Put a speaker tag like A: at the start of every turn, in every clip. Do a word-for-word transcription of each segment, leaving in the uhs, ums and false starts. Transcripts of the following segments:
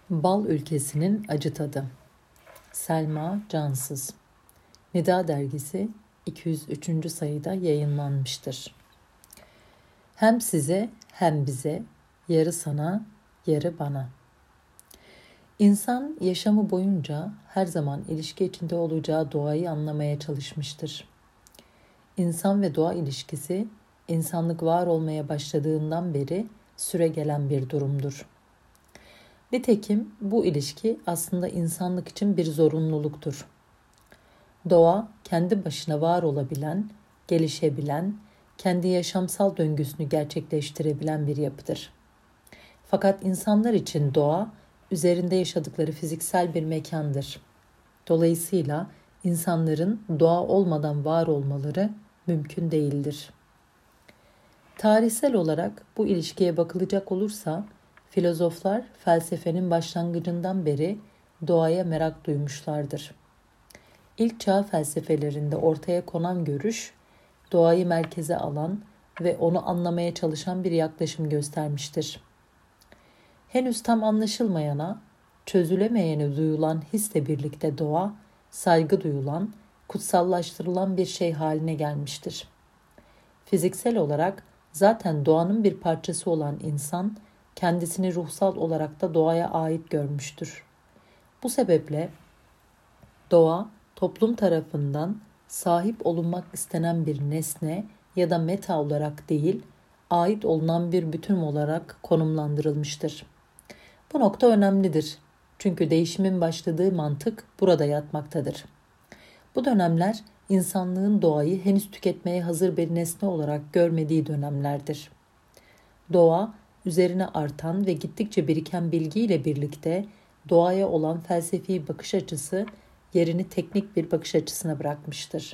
A: Bal Ülkesinin Acı Tadı. Selma Cansız. Nida Dergisi iki yüz üçüncü sayıda yayınlanmıştır. Hem size hem bize, yarı sana, yarı bana. İnsan yaşamı boyunca her zaman ilişki içinde olacağı doğayı anlamaya çalışmıştır. İnsan ve doğa ilişkisi, insanlık var olmaya başladığından beri süregelen bir durumdur. Nitekim bu ilişki aslında insanlık için bir zorunluluktur. Doğa kendi başına var olabilen, gelişebilen, kendi yaşamsal döngüsünü gerçekleştirebilen bir yapıdır. Fakat insanlar için doğa, üzerinde yaşadıkları fiziksel bir mekandır. Dolayısıyla insanların doğa olmadan var olmaları mümkün değildir. Tarihsel olarak bu ilişkiye bakılacak olursa, filozoflar felsefenin başlangıcından beri doğaya merak duymuşlardır. İlk çağ felsefelerinde ortaya konan görüş, doğayı merkeze alan ve onu anlamaya çalışan bir yaklaşım göstermiştir. Henüz tam anlaşılmayana, çözülemeyene duyulan hisle birlikte doğa, saygı duyulan, kutsallaştırılan bir şey haline gelmiştir. Fiziksel olarak zaten doğanın bir parçası olan insan, kendisini ruhsal olarak da doğaya ait görmüştür. Bu sebeple doğa toplum tarafından sahip olunmak istenen bir nesne ya da meta olarak değil, ait olunan bir bütün olarak konumlandırılmıştır. Bu nokta önemlidir. Çünkü değişimin başladığı mantık burada yatmaktadır. Bu dönemler insanlığın doğayı henüz tüketmeye hazır bir nesne olarak görmediği dönemlerdir. Doğa, üzerine artan ve gittikçe biriken bilgiyle birlikte doğaya olan felsefi bakış açısı yerini teknik bir bakış açısına bırakmıştır.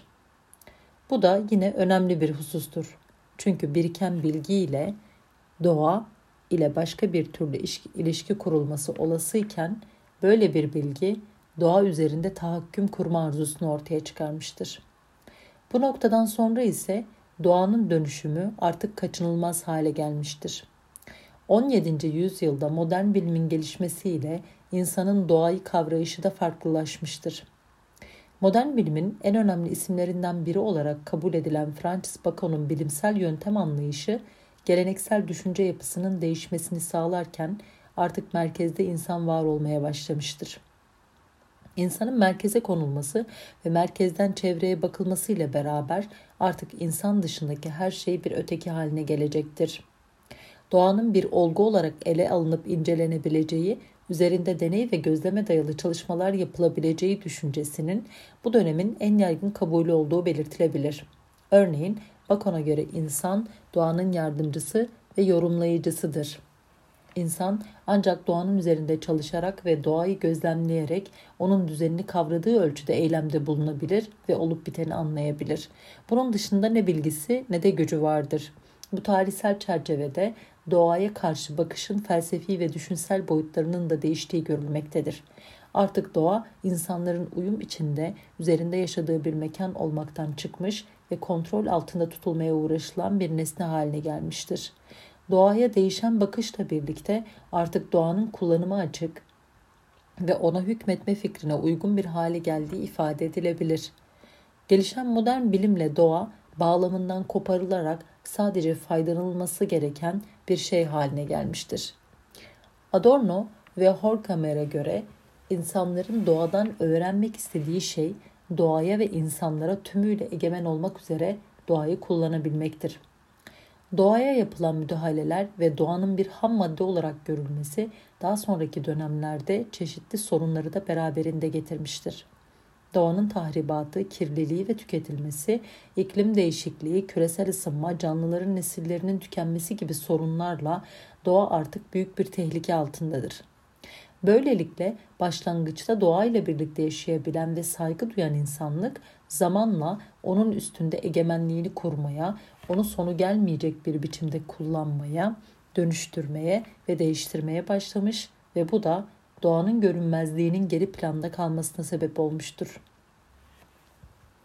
A: Bu da yine önemli bir husustur. Çünkü biriken bilgiyle doğa ile başka bir türlü ilişki kurulması olasıyken böyle bir bilgi doğa üzerinde tahakküm kurma arzusunu ortaya çıkarmıştır. Bu noktadan sonra ise doğanın dönüşümü artık kaçınılmaz hale gelmiştir. on yedinci yüzyılda modern bilimin gelişmesiyle insanın doğayı kavrayışı da farklılaşmıştır. Modern bilimin en önemli isimlerinden biri olarak kabul edilen Francis Bacon'un bilimsel yöntem anlayışı, geleneksel düşünce yapısının değişmesini sağlarken artık merkezde insan var olmaya başlamıştır. İnsanın merkeze konulması ve merkezden çevreye bakılması ile beraber artık insan dışındaki her şey bir öteki haline gelecektir. Doğanın bir olgu olarak ele alınıp incelenebileceği, üzerinde deney ve gözleme dayalı çalışmalar yapılabileceği düşüncesinin bu dönemin en yaygın kabulü olduğu belirtilebilir. Örneğin Bacon'a göre insan doğanın yardımcısı ve yorumlayıcısıdır. İnsan ancak doğanın üzerinde çalışarak ve doğayı gözlemleyerek onun düzenini kavradığı ölçüde eylemde bulunabilir ve olup biteni anlayabilir. Bunun dışında ne bilgisi ne de gücü vardır. Bu tarihsel çerçevede doğaya karşı bakışın felsefi ve düşünsel boyutlarının da değiştiği görülmektedir. Artık doğa insanların uyum içinde üzerinde yaşadığı bir mekan olmaktan çıkmış ve kontrol altında tutulmaya uğraşılan bir nesne haline gelmiştir. Doğaya değişen bakışla birlikte artık doğanın kullanıma açık ve ona hükmetme fikrine uygun bir hale geldiği ifade edilebilir. Gelişen modern bilimle doğa bağlamından koparılarak sadece faydalanılması gereken bir şey haline gelmiştir. Adorno ve Horkheimer'e göre insanların doğadan öğrenmek istediği şey doğaya ve insanlara tümüyle egemen olmak üzere doğayı kullanabilmektir. Doğaya yapılan müdahaleler ve doğanın bir ham madde olarak görülmesi daha sonraki dönemlerde çeşitli sorunları da beraberinde getirmiştir. Doğanın tahribatı, kirliliği ve tüketilmesi, iklim değişikliği, küresel ısınma, canlıların nesillerinin tükenmesi gibi sorunlarla doğa artık büyük bir tehlike altındadır. Böylelikle başlangıçta doğayla birlikte yaşayabilen ve saygı duyan insanlık zamanla onun üstünde egemenliğini kurmaya, onu sonu gelmeyecek bir biçimde kullanmaya, dönüştürmeye ve değiştirmeye başlamış ve bu da doğanın görünmezliğinin geri planda kalmasına sebep olmuştur.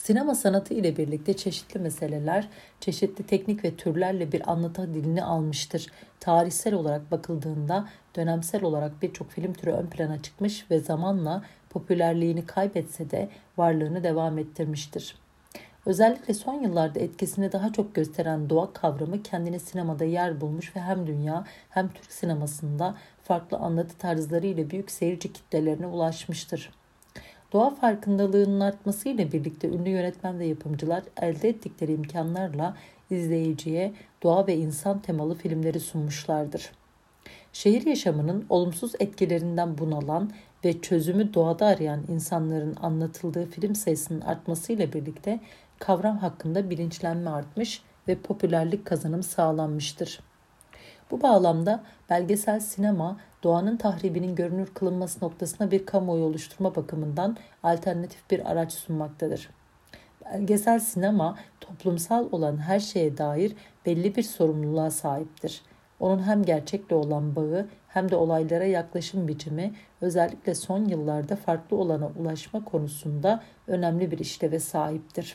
A: Sinema sanatı ile birlikte çeşitli meseleler, çeşitli teknik ve türlerle bir anlatı dilini almıştır. Tarihsel olarak bakıldığında dönemsel olarak birçok film türü ön plana çıkmış ve zamanla popülerliğini kaybetse de varlığını devam ettirmiştir. Özellikle son yıllarda etkisini daha çok gösteren doğa kavramı kendine sinemada yer bulmuş ve hem dünya hem Türk sinemasında farklı anlatı tarzları ile büyük seyirci kitlelerine ulaşmıştır. Doğa farkındalığının artmasıyla birlikte ünlü yönetmen ve yapımcılar elde ettikleri imkanlarla izleyiciye doğa ve insan temalı filmleri sunmuşlardır. Şehir yaşamının olumsuz etkilerinden bunalan ve çözümü doğada arayan insanların anlatıldığı film sayısının artmasıyla birlikte kavram hakkında bilinçlenme artmış ve popülerlik kazanım sağlanmıştır. Bu bağlamda belgesel sinema, doğanın tahribinin görünür kılınması noktasına bir kamuoyu oluşturma bakımından alternatif bir araç sunmaktadır. Belgesel sinema, toplumsal olan her şeye dair belli bir sorumluluğa sahiptir. Onun hem gerçekle olan bağı hem de olaylara yaklaşım biçimi özellikle son yıllarda farklı olana ulaşma konusunda önemli bir işleve sahiptir.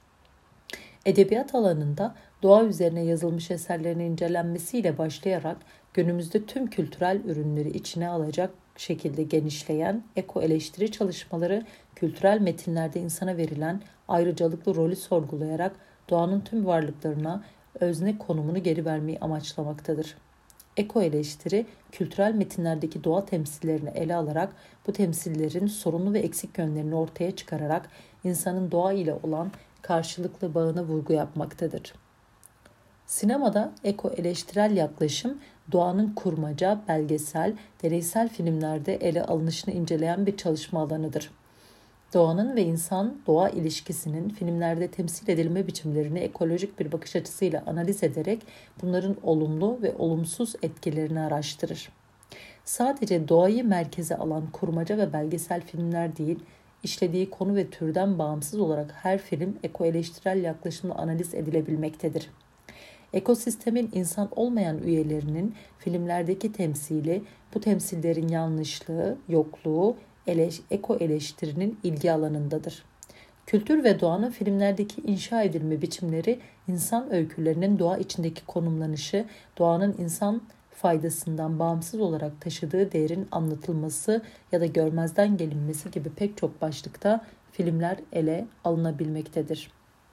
A: Edebiyat alanında doğa üzerine yazılmış eserlerin incelenmesiyle başlayarak günümüzde tüm kültürel ürünleri içine alacak şekilde genişleyen eko eleştiri çalışmaları kültürel metinlerde insana verilen ayrıcalıklı rolü sorgulayarak doğanın tüm varlıklarına özne konumunu geri vermeyi amaçlamaktadır. Eko eleştiri, kültürel metinlerdeki doğa temsillerini ele alarak bu temsillerin sorunlu ve eksik yönlerini ortaya çıkararak insanın doğa ile olan karşılıklı bağına vurgu yapmaktadır. Sinemada eko eleştirel yaklaşım, doğanın kurmaca, belgesel, deneysel filmlerde ele alınışını inceleyen bir çalışma alanıdır. Doğanın ve insan-doğa ilişkisinin filmlerde temsil edilme biçimlerini ekolojik bir bakış açısıyla analiz ederek bunların olumlu ve olumsuz etkilerini araştırır. Sadece doğayı merkeze alan kurmaca ve belgesel filmler değil, işlediği konu ve türden bağımsız olarak her film ekoeleştirel yaklaşımla analiz edilebilmektedir. Ekosistemin insan olmayan üyelerinin filmlerdeki temsili, bu temsillerin yanlışlığı, yokluğu, eleş, eko eleştirinin ilgi alanındadır. Kültür ve doğanın filmlerdeki inşa edilme biçimleri, insan öykülerinin doğa içindeki konumlanışı, doğanın insan faydasından bağımsız olarak taşıdığı değerin anlatılması ya da görmezden gelinmesi gibi pek çok başlıkta filmler ele alınabilmektedir.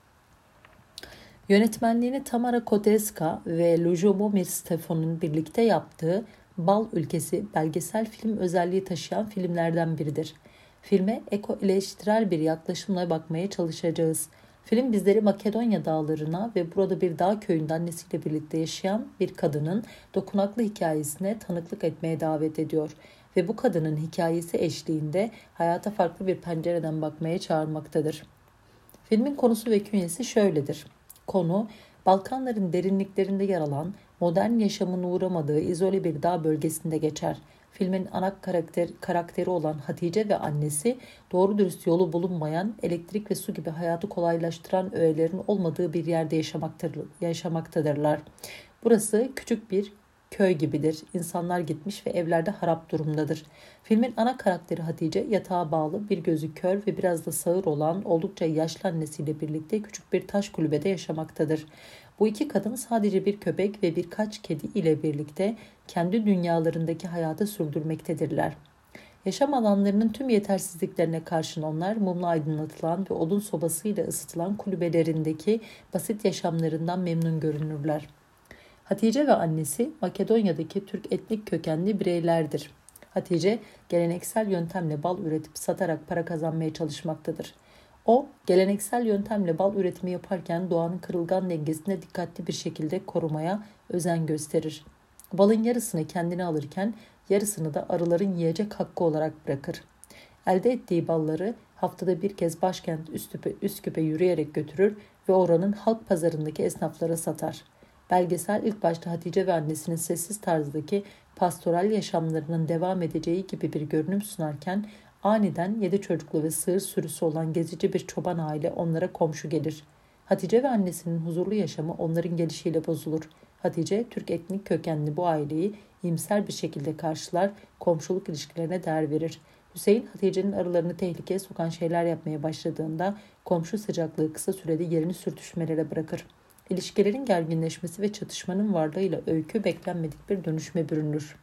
A: Yönetmenliğini Tamara Koteska ve Ljubomir Stefan'ın birlikte yaptığı Bal Ülkesi belgesel film özelliği taşıyan filmlerden biridir. Filme eko-eleştirel bir yaklaşımla bakmaya çalışacağız. Film bizleri Makedonya dağlarına ve burada bir dağ köyünde annesiyle birlikte yaşayan bir kadının dokunaklı hikayesine tanıklık etmeye davet ediyor ve bu kadının hikayesi eşliğinde hayata farklı bir pencereden bakmaya çağırmaktadır. Filmin konusu ve künyesi şöyledir. Konu, Balkanların derinliklerinde yer alan, modern yaşamın uğramadığı izole bir dağ bölgesinde geçer. Filmin ana karakter, karakteri olan Hatice ve annesi, doğru dürüst yolu bulunmayan, elektrik ve su gibi hayatı kolaylaştıran öğelerin olmadığı bir yerde yaşamaktadırlar. yaşamaktadırlar. Burası küçük bir köy gibidir. İnsanlar gitmiş ve evlerde harap durumdadır. Filmin ana karakteri Hatice yatağa bağlı, bir gözü kör ve biraz da sağır olan oldukça yaşlı annesiyle birlikte küçük bir taş kulübede yaşamaktadır. Bu iki kadın sadece bir köpek ve birkaç kedi ile birlikte kendi dünyalarındaki hayatı sürdürmektedirler. Yaşam alanlarının tüm yetersizliklerine karşın onlar mumla aydınlatılan ve odun sobasıyla ısıtılan kulübelerindeki basit yaşamlarından memnun görünürler. Hatice ve annesi Makedonya'daki Türk etnik kökenli bireylerdir. Hatice geleneksel yöntemle bal üretip satarak para kazanmaya çalışmaktadır. O, geleneksel yöntemle bal üretimi yaparken doğanın kırılgan dengesini dikkatli bir şekilde korumaya özen gösterir. Balın yarısını kendine alırken yarısını da arıların yiyecek hakkı olarak bırakır. Elde ettiği balları haftada bir kez başkent Üsküp'e, Üsküp'e yürüyerek götürür ve oranın halk pazarındaki esnaflara satar. Belgesel ilk başta Hatice ve annesinin sessiz tarzdaki pastoral yaşamlarının devam edeceği gibi bir görünüm sunarken aniden yedi çocuklu ve sığır sürüsü olan gezici bir çoban aile onlara komşu gelir. Hatice ve annesinin huzurlu yaşamı onların gelişiyle bozulur. Hatice, Türk etnik kökenli bu aileyi iyimser bir şekilde karşılar, komşuluk ilişkilerine değer verir. Hüseyin, Hatice'nin arılarını tehlikeye sokan şeyler yapmaya başladığında komşu sıcaklığı kısa sürede yerini sürtüşmelere bırakır. İlişkilerin gerginleşmesi ve çatışmanın varlığıyla öykü beklenmedik bir dönüşme bürünür.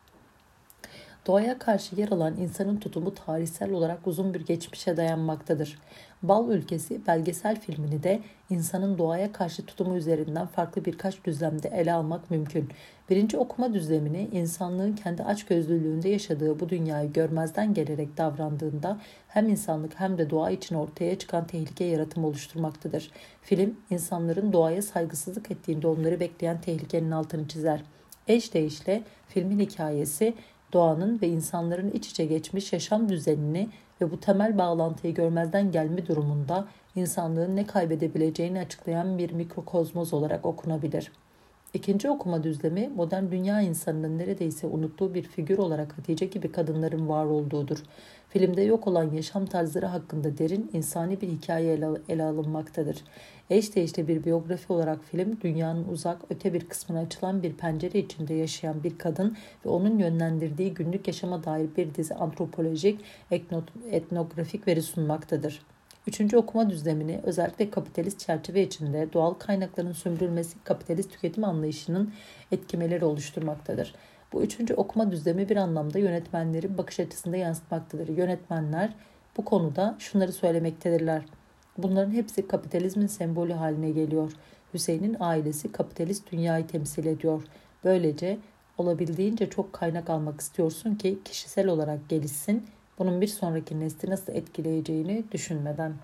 A: Doğaya karşı yer alan insanın tutumu tarihsel olarak uzun bir geçmişe dayanmaktadır. Bal Ülkesi belgesel filmini de insanın doğaya karşı tutumu üzerinden farklı birkaç düzlemde ele almak mümkün. Birinci okuma düzlemini insanlığın kendi açgözlülüğünde yaşadığı bu dünyayı görmezden gelerek davrandığında hem insanlık hem de doğa için ortaya çıkan tehlike yaratımı oluşturmaktadır. Film, insanların doğaya saygısızlık ettiğinde onları bekleyen tehlikenin altını çizer. Eş değişle filmin hikayesi, doğanın ve insanların iç içe geçmiş yaşam düzenini ve bu temel bağlantıyı görmezden gelme durumunda insanlığın ne kaybedebileceğini açıklayan bir mikrokozmoz olarak okunabilir. İkinci okuma düzlemi modern dünya insanının neredeyse unuttuğu bir figür olarak Hatice gibi kadınların var olduğudur. Filmde yok olan yaşam tarzları hakkında derin insani bir hikaye ele, ele alınmaktadır. Eş değişli bir biyografi olarak film, dünyanın uzak öte bir kısmına açılan bir pencere içinde yaşayan bir kadın ve onun yönlendirdiği günlük yaşama dair bir dizi antropolojik, etnografik veri sunmaktadır. Üçüncü okuma düzlemini özellikle kapitalist çerçeve içinde doğal kaynakların sömürülmesi kapitalist tüketim anlayışının etkimeleri oluşturmaktadır. Bu üçüncü okuma düzlemi bir anlamda yönetmenlerin bakış açısında yansıtmaktadır. Yönetmenler bu konuda şunları söylemektedirler. Bunların hepsi kapitalizmin sembolü haline geliyor. Hüseyin'in ailesi kapitalist dünyayı temsil ediyor. Böylece olabildiğince çok kaynak almak istiyorsun ki kişisel olarak gelişsin, bunun bir sonraki nesli nasıl etkileyeceğini düşünmeden.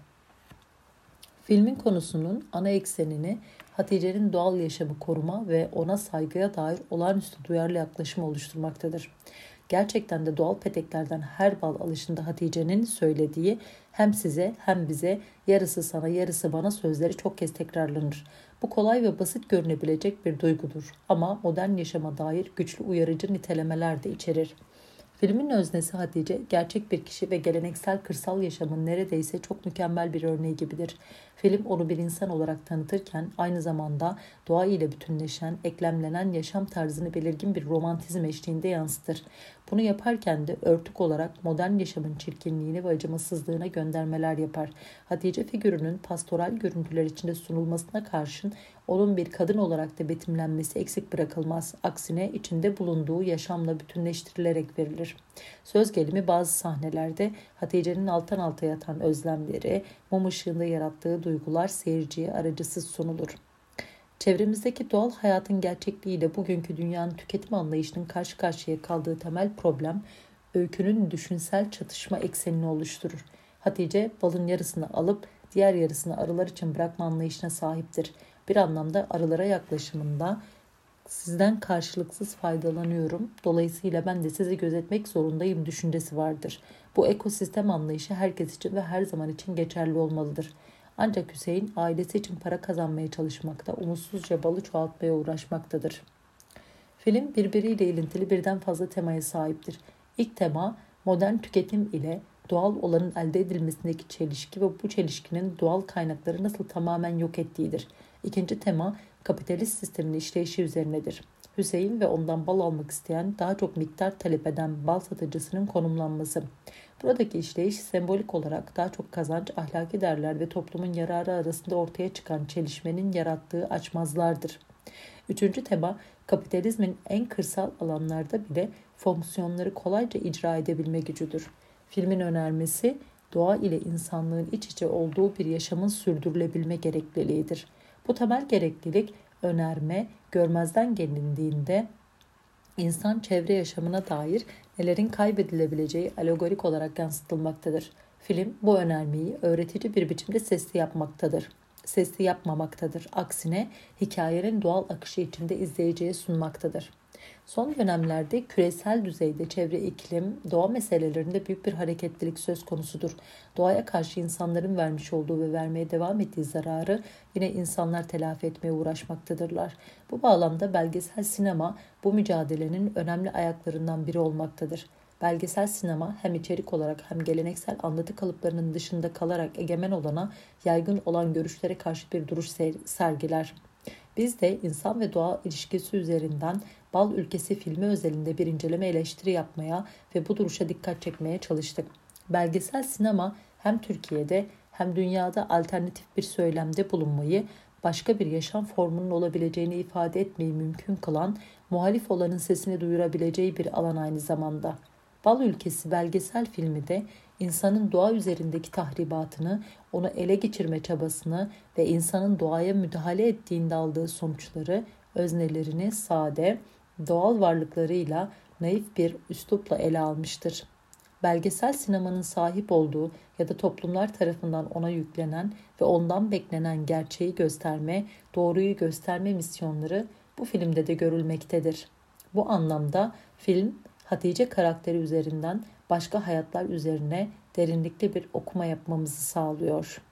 A: Filmin konusunun ana eksenini Hatice'nin doğal yaşamı koruma ve ona saygıya dair olağanüstü duyarlı yaklaşım oluşturmaktadır. Gerçekten de doğal peteklerden her bal alışında Hatice'nin söylediği hem size hem bize yarısı sana yarısı bana sözleri çok kez tekrarlanır. Bu kolay ve basit görünebilecek bir duygudur ama modern yaşama dair güçlü uyarıcı nitelemeler de içerir. Filmin öznesi Hatice, gerçek bir kişi ve geleneksel kırsal yaşamın neredeyse çok mükemmel bir örneği gibidir. Film onu bir insan olarak tanıtırken aynı zamanda doğa ile bütünleşen, eklemlenen yaşam tarzını belirgin bir romantizm eşliğinde yansıtır. Bunu yaparken de örtük olarak modern yaşamın çirkinliğini ve acımasızlığına göndermeler yapar. Hatice figürünün pastoral görüntüler içinde sunulmasına karşın onun bir kadın olarak da betimlenmesi eksik bırakılmaz. Aksine içinde bulunduğu yaşamla bütünleştirilerek verilir. Söz gelimi bazı sahnelerde Hatice'nin alttan alta yatan özlemleri, mum ışığında yarattığı duygular seyirciye aracısız sunulur. Çevremizdeki doğal hayatın gerçekliğiyle bugünkü dünyanın tüketim anlayışının karşı karşıya kaldığı temel problem, öykünün düşünsel çatışma eksenini oluşturur. Hatice, balın yarısını alıp diğer yarısını arılar için bırakma anlayışına sahiptir. Bir anlamda arılara yaklaşımında sizden karşılıksız faydalanıyorum, dolayısıyla ben de sizi gözetmek zorundayım düşüncesi vardır. Bu ekosistem anlayışı herkes için ve her zaman için geçerli olmalıdır. Ancak Hüseyin ailesi için para kazanmaya çalışmakta, umutsuzca balı çoğaltmaya uğraşmaktadır. Film birbiriyle ilintili birden fazla temaya sahiptir. İlk tema modern tüketim ile doğal olanın elde edilmesindeki çelişki ve bu çelişkinin doğal kaynakları nasıl tamamen yok ettiğidir. İkinci tema kapitalist sistemin işleyişi üzerinedir. Hüseyin ve ondan bal almak isteyen, daha çok miktar talep eden bal satıcısının konumlanması. Buradaki işleyiş sembolik olarak daha çok kazanç, ahlaki değerler ve toplumun yararı arasında ortaya çıkan çelişmenin yarattığı açmazlardır. Üçüncü tema kapitalizmin en kırsal alanlarda bile fonksiyonları kolayca icra edebilme gücüdür. Filmin önermesi doğa ile insanlığın iç içe olduğu bir yaşamın sürdürülebilme gerekliliğidir. Bu temel gereklilik önerme görmezden gelindiğinde insan çevre yaşamına dair nelerin kaybedilebileceği alegorik olarak yansıtılmaktadır. Film bu önermeyi öğretici bir biçimde sesli yapmaktadır. Sesli yapmamaktadır. Aksine hikayenin doğal akışı içinde izleyiciye sunmaktadır. Son dönemlerde küresel düzeyde çevre, iklim, doğa meselelerinde büyük bir hareketlilik söz konusudur. Doğaya karşı insanların vermiş olduğu ve vermeye devam ettiği zararı yine insanlar telafi etmeye uğraşmaktadırlar. Bu bağlamda belgesel sinema bu mücadelenin önemli ayaklarından biri olmaktadır. Belgesel sinema hem içerik olarak hem geleneksel anlatı kalıplarının dışında kalarak egemen olana, yaygın olan görüşlere karşı bir duruş sergiler. Biz de insan ve doğa ilişkisi üzerinden Bal Ülkesi filmi özelinde bir inceleme eleştiri yapmaya ve bu duruşa dikkat çekmeye çalıştık. Belgesel sinema hem Türkiye'de hem dünyada alternatif bir söylemde bulunmayı, başka bir yaşam formunun olabileceğini ifade etmeyi mümkün kılan, muhalif olanın sesini duyurabileceği bir alan aynı zamanda. Bal Ülkesi belgesel filmi de insanın doğa üzerindeki tahribatını, onu ele geçirme çabasını ve insanın doğaya müdahale ettiğinde aldığı sonuçları, öznelerini sade, doğal varlıklarıyla naif bir üslupla ele almıştır. Belgesel sinemanın sahip olduğu ya da toplumlar tarafından ona yüklenen ve ondan beklenen gerçeği gösterme, doğruyu gösterme misyonları bu filmde de görülmektedir. Bu anlamda film, Hatice karakteri üzerinden başka hayatlar üzerine derinlikli bir okuma yapmamızı sağlıyor.